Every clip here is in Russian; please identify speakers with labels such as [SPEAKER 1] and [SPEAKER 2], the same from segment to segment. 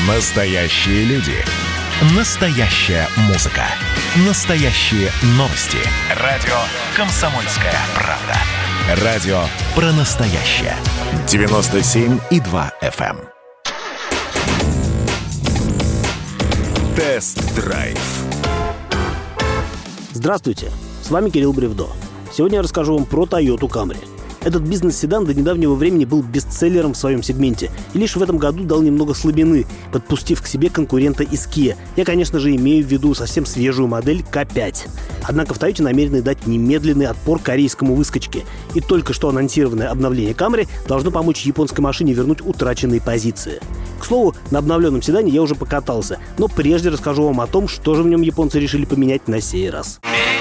[SPEAKER 1] Настоящие люди. Настоящая музыка. Настоящие новости. Радио «Комсомольская правда». Радио про настоящее. 97,2 FM. Тест-драйв.
[SPEAKER 2] Здравствуйте, с вами Кирилл Бревдо. Сегодня я расскажу вам про Toyota Camry. Этот бизнес-седан до недавнего времени был бестселлером в своем сегменте и лишь в этом году дал немного слабины, подпустив к себе конкурента из Kia. Я, конечно же, имею в виду совсем свежую модель K5. Однако в Toyota намерены дать немедленный отпор корейскому выскочке. И только что анонсированное обновление Camry должно помочь японской машине вернуть утраченные позиции. К слову, на обновленном седане я уже покатался, но прежде расскажу вам о том, что же в нем японцы решили поменять на сей раз.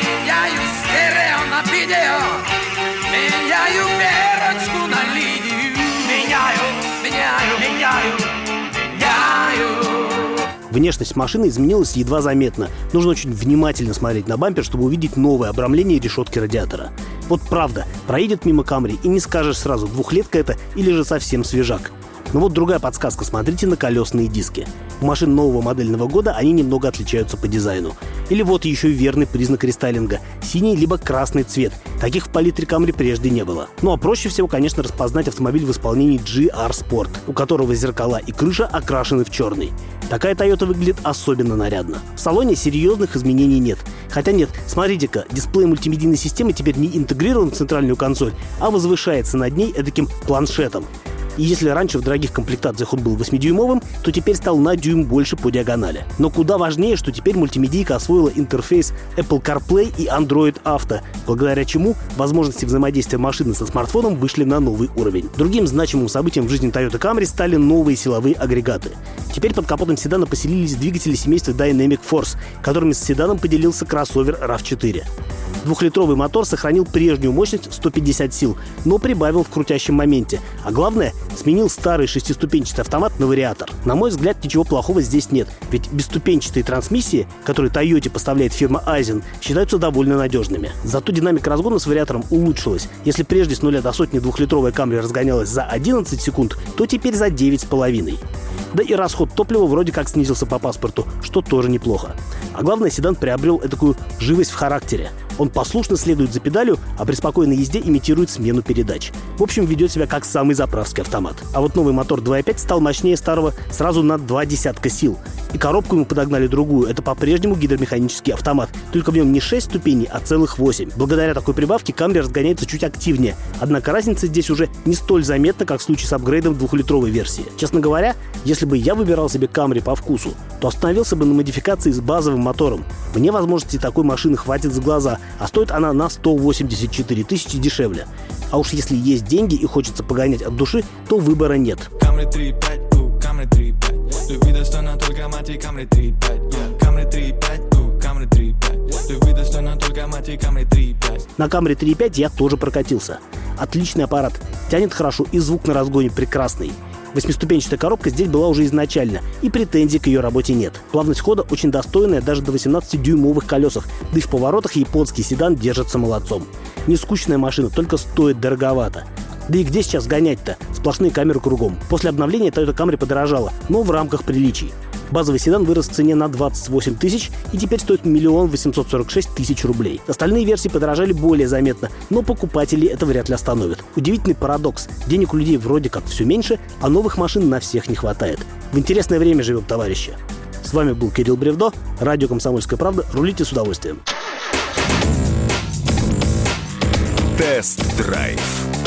[SPEAKER 2] Внешность машины изменилась едва заметно. Нужно очень внимательно смотреть на бампер, чтобы увидеть новое обрамление решетки радиатора. Вот правда, проедет мимо Camry и не скажешь сразу, двухлетка это или же совсем свежак. Но вот другая подсказка, смотрите на колесные диски. У машин нового модельного года они немного отличаются по дизайну. Или вот еще верный признак рестайлинга – синий либо красный цвет. Таких в палитре Camry прежде не было. Ну а проще всего, конечно, распознать автомобиль в исполнении GR Sport, у которого зеркала и крыша окрашены в черный. Такая Toyota выглядит особенно нарядно. В салоне серьезных изменений нет. Хотя нет, смотрите-ка, дисплей мультимедийной системы теперь не интегрирован в центральную консоль, а возвышается над ней эдаким планшетом. И если раньше в дорогих комплектациях он был 8-дюймовым, то теперь стал на дюйм больше по диагонали. Но куда важнее, что теперь мультимедийка освоила интерфейс Apple CarPlay и Android Auto, благодаря чему возможности взаимодействия машины со смартфоном вышли на новый уровень. Другим значимым событием в жизни Toyota Camry стали новые силовые агрегаты. Теперь под капотом седана поселились двигатели семейства Dynamic Force, которыми с седаном поделился кроссовер RAV4. Двухлитровый мотор сохранил прежнюю мощность 150 сил, но прибавил в крутящем моменте. А главное, сменил старый шестиступенчатый автомат на вариатор. На мой взгляд, ничего плохого здесь нет, ведь бесступенчатые трансмиссии, которые Toyota поставляет фирма Aisin, считаются довольно надежными. Зато динамика разгона с вариатором улучшилась. Если прежде с 0 до сотни двухлитровая Camry разгонялась за 11 секунд, то теперь за 9,5. Да и расход топлива вроде как снизился по паспорту, что тоже неплохо. А главное, седан приобрел этакую живость в характере. Он послушно следует за педалью, а при спокойной езде имитирует смену передач. В общем, ведет себя как самый заправский автомат. А вот новый мотор 2.5 стал мощнее старого сразу на 2 десятка сил. И коробку ему подогнали другую. Это по-прежнему гидромеханический автомат. Только в нем не 6 ступеней, а целых 8. Благодаря такой прибавке Camry разгоняется чуть активнее. Однако разница здесь уже не столь заметна, как в случае с апгрейдом двухлитровой версии. Честно говоря, если бы я выбирал себе Camry по вкусу, то остановился бы на модификации с базовым мотором. Мне возможностей такой машины хватит за глаза, а стоит она на 184 тысячи дешевле. А уж если есть деньги и хочется погонять от души, то выбора нет.
[SPEAKER 3] Camry 3.5, Camry 3.5. Любви достойна только мать и Camry 3.5. Camry 3.5, Camry 3.5. Любви достойна только мать и Camry 3.5.
[SPEAKER 2] На Camry 3.5 я тоже прокатился. Отличный аппарат, тянет хорошо и звук на разгоне прекрасный. Восьмиступенчатая коробка здесь была уже изначально, и претензий к ее работе нет. Плавность хода очень достойная даже до 18-дюймовых колесах, да и в поворотах японский седан держится молодцом. Не скучная машина, только стоит дороговато. Да и где сейчас гонять-то? Сплошные камеры кругом. После обновления Toyota Camry подорожала, но в рамках приличий. Базовый седан вырос в цене на 28 тысяч и теперь стоит 1 846 000 рублей. Остальные версии подорожали более заметно, но покупателей это вряд ли остановит. Удивительный парадокс. Денег у людей вроде как все меньше, а новых машин на всех не хватает. В интересное время живем, товарищи. С вами был Кирилл Бревдо, радио «Комсомольская правда». Рулите с удовольствием.
[SPEAKER 1] Тест-драйв.